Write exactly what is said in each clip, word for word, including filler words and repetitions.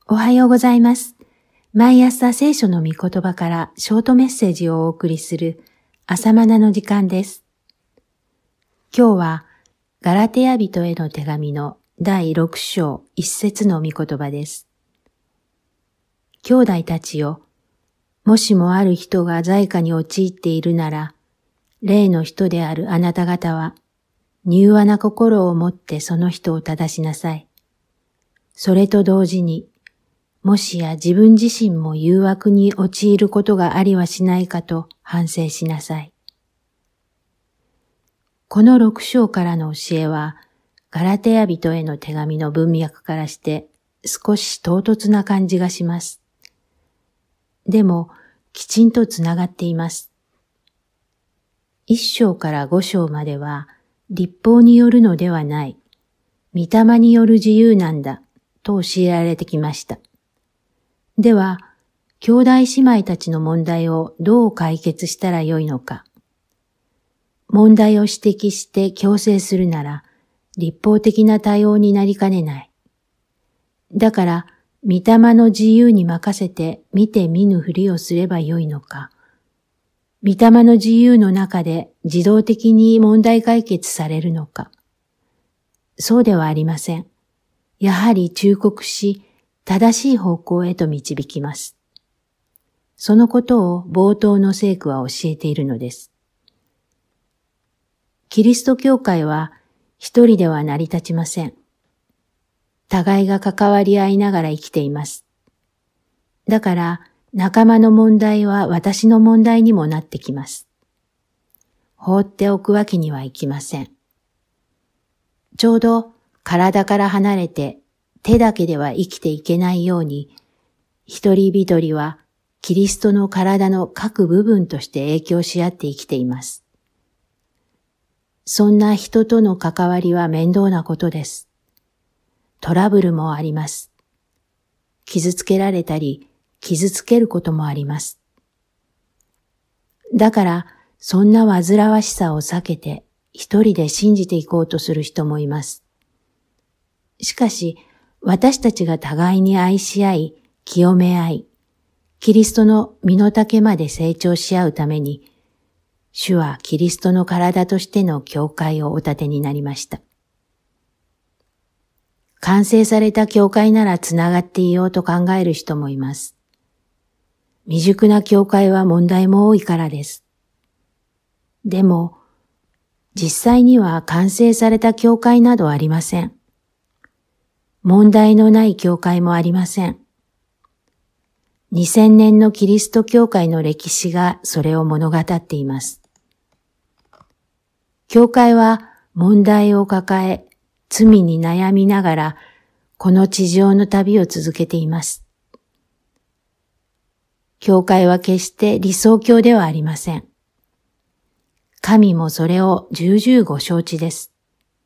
おはようございます。毎朝聖書の御言葉からショートメッセージをお送りする朝マナの時間です。今日はガラテヤ人への手紙のだいろく章いち節の御言葉です。兄弟たちよ、もしもある人が罪過に陥っているなら、霊の人であるあなた方は、柔和な心を持ってその人を正しなさい。それと同時に、もしや自分自身も誘惑に陥ることがありはしないかと反省しなさい。この六章からの教えは、ガラテヤ人への手紙の文脈からして少し唐突な感じがします。でも、きちんとつながっています。一章から五章までは、律法によるのではない、御霊による自由なんだ、と教えられてきました。では、兄弟姉妹たちの問題をどう解決したらよいのか。問題を指摘して強制するなら、律法的な対応になりかねない。だから、御霊の自由に任せて見て見ぬふりをすればよいのか。御霊の自由の中で自動的に問題解決されるのか。そうではありません。やはり忠告し、正しい方向へと導きます。そのことを冒頭の聖句は教えているのです。キリスト教会は一人では成り立ちません。互いが関わり合いながら生きています。だから仲間の問題は私の問題にもなってきます。放っておくわけにはいきません。ちょうど体から離れて手だけでは生きていけないように、一人一人はキリストの体の各部分として影響し合って生きています。そんな人との関わりは面倒なことです。トラブルもあります。傷つけられたり、傷つけることもあります。だから、そんな煩わしさを避けて、一人で信じていこうとする人もいます。しかし、私たちが互いに愛し合い、清め合い、キリストの身の丈まで成長し合うために、主はキリストの体としての教会をお立てになりました。完成された教会ならつながっていようと考える人もいます。未熟な教会は問題も多いからです。でも、実際には完成された教会などありません。問題のない教会もありません。にせんねんのキリスト教会の歴史がそれを物語っています。教会は問題を抱え、罪に悩みながら、この地上の旅を続けています。教会は決して理想郷ではありません。神もそれを重々ご承知です。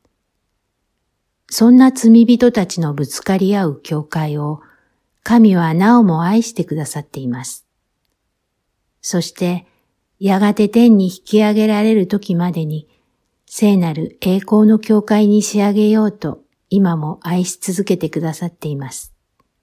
そんな罪人たちのぶつかり合う教会を神はなおも愛してくださっています。そしてやがて天に引き上げられる時までに聖なる栄光の教会に仕上げようと今も愛し続けてくださっています。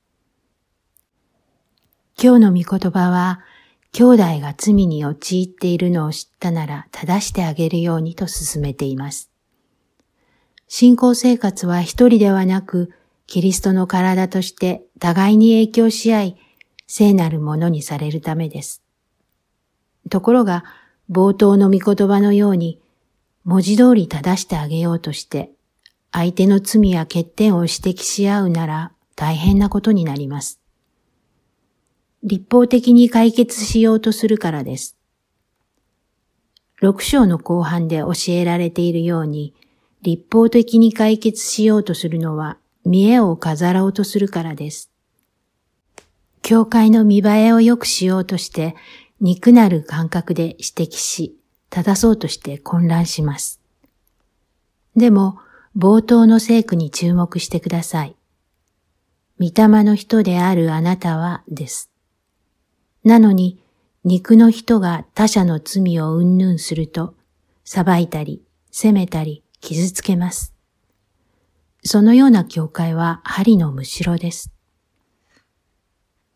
今日の御言葉は兄弟が罪に陥っているのを知ったなら正してあげるようにと勧めています。信仰生活は一人ではなく、キリストの体として互いに影響し合い、聖なるものにされるためです。ところが、冒頭の御言葉のように、文字通り正してあげようとして、相手の罪や欠点を指摘し合うなら大変なことになります。律法的に解決しようとするからです。六章の後半で教えられているように、律法的に解決しようとするのは見栄を飾ろうとするからです。教会の見栄えを良くしようとして肉なる感覚で指摘し、正そうとして混乱します。でも冒頭の聖句に注目してください。御霊の人であるあなたはです。なのに肉の人が他者の罪を云々すると裁いたり責めたり傷つけます。そのような教会は針のむしろです。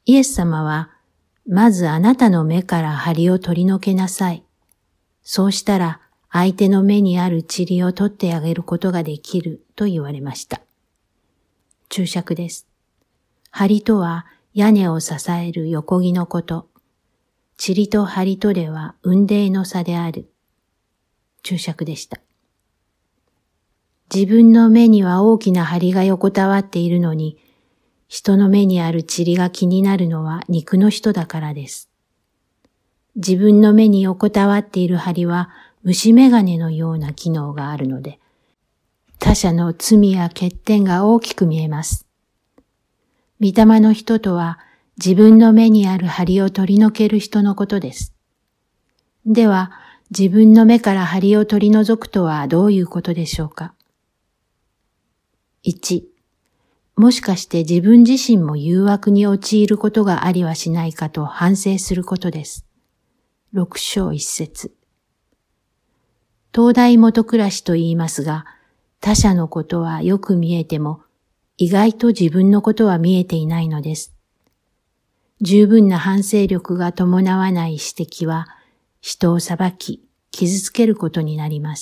イエス様は、まずあなたの目から針を取り除けなさい。そうしたら相手の目にある塵を取ってあげることができると言われました。注釈です。針とは屋根を支える横木のこと。塵と針とでは雲泥の差である。注釈でした。自分の目には大きな針が横たわっているのに、人の目にある塵が気になるのは肉の人だからです。自分の目に横たわっている針は虫眼鏡のような機能があるので、他者の罪や欠点が大きく見えます。御霊の人とは自分の目にある針を取り除ける人のことです。では、自分の目から針を取り除くとはどういうことでしょうか。いち、もしかして自分自身も誘惑に陥ることがありはしないかと反省することです。六章一節。東大元暮らしと言いますが、他者のことはよく見えても、意外と自分のことは見えていないのです。十分な反省力が伴わない指摘は、人を裁き、傷つけることになります。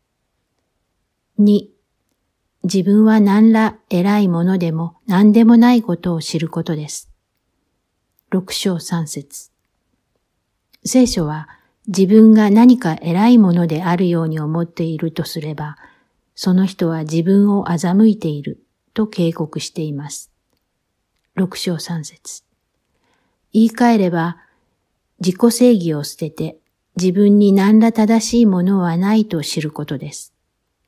に、自分は何ら偉いものでも何でもないことを知ることです。六章三節。聖書は自分が何か偉いものであるように思っているとすれば、その人は自分を欺いていると警告しています。六章三節。言い換えれば、自己正義を捨てて自分に何ら正しいものはないと知ることです。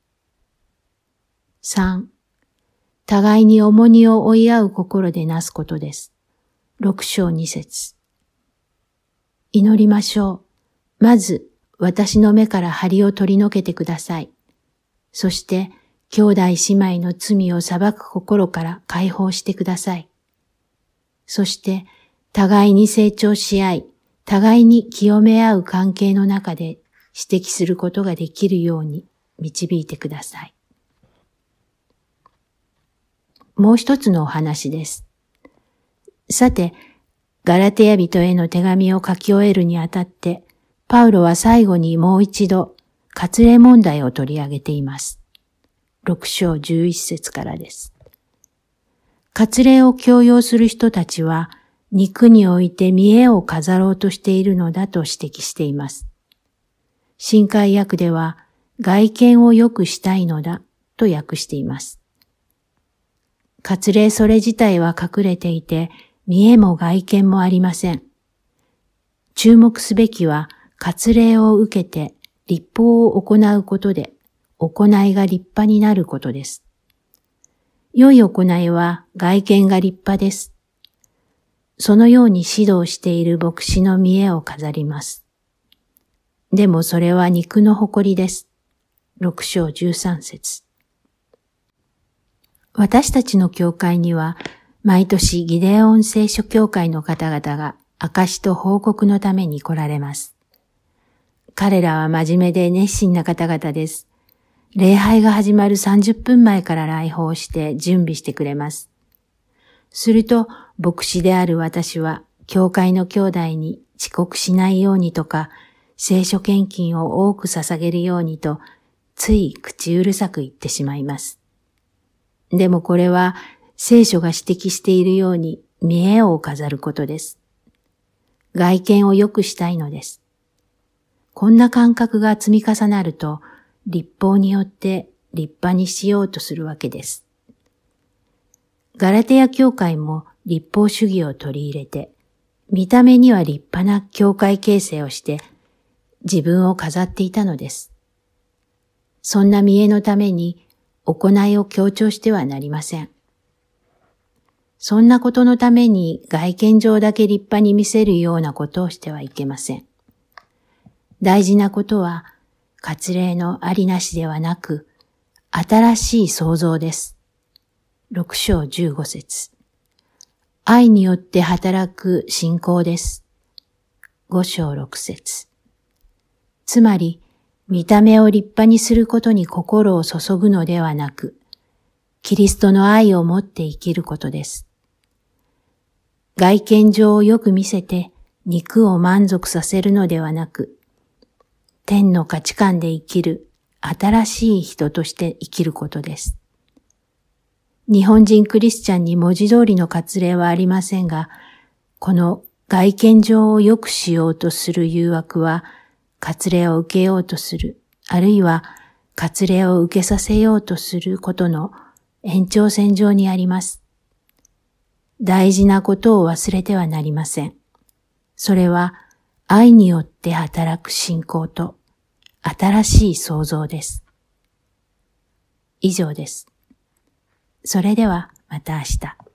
三、互いに重荷を負い合う心でなすことです。六章二節。祈りましょう。まず、私の目から針を取り除けてください。そして、兄弟姉妹の罪を裁く心から解放してください。そして、互いに成長し合い、互いに清め合う関係の中で指摘することができるように導いてください。もう一つのお話です。さて、ガラテヤ人への手紙を書き終えるにあたって、パウロは最後にもう一度、割礼問題を取り上げています。六章十一節からです。割礼を強要する人たちは、肉において見栄を飾ろうとしているのだと指摘しています。新海訳では、外見を良くしたいのだと訳しています。割礼それ自体は隠れていて、見栄も外見もありません。注目すべきは、割礼を受けて律法を行うことで、行いが立派になることです。良い行いは外見が立派です。そのように指導している牧師の見栄を飾ります。でもそれは肉の誇りです。六章十三節。私たちの教会には、毎年ギデオン聖書教会の方々が証と報告のために来られます。彼らは真面目で熱心な方々です。礼拝が始まるさんじゅっぷんまえから来訪して準備してくれます。すると、牧師である私は、教会の兄弟に遅刻しないようにとか、聖書献金を多く捧げるようにと、つい口うるさく言ってしまいます。でもこれは、聖書が指摘しているように見栄を飾ることです。外見を良くしたいのです。こんな感覚が積み重なると、律法によって立派にしようとするわけです。ガラテヤ教会も律法主義を取り入れて、見た目には立派な教会形成をして、自分を飾っていたのです。そんな見栄のために行いを強調してはなりません。そんなことのために外見上だけ立派に見せるようなことをしてはいけません。大事なことは、割礼のありなしではなく、新しい創造です。六章十五節。愛によって働く信仰です。五章六節。つまり、見た目を立派にすることに心を注ぐのではなく、キリストの愛を持って生きることです。 外見上をよく見せて肉を満足させるのではなく、天の価値観で生きる新しい人として生きることです。日本人クリスチャンに文字通りの割礼はありませんが、この外見上を良くしようとする誘惑は、割礼を受けようとする、あるいは割礼を受けさせようとすることの延長線上にあります。大事なことを忘れてはなりません。それは愛によって働く信仰と新しい創造です。以上です。それではまた明日。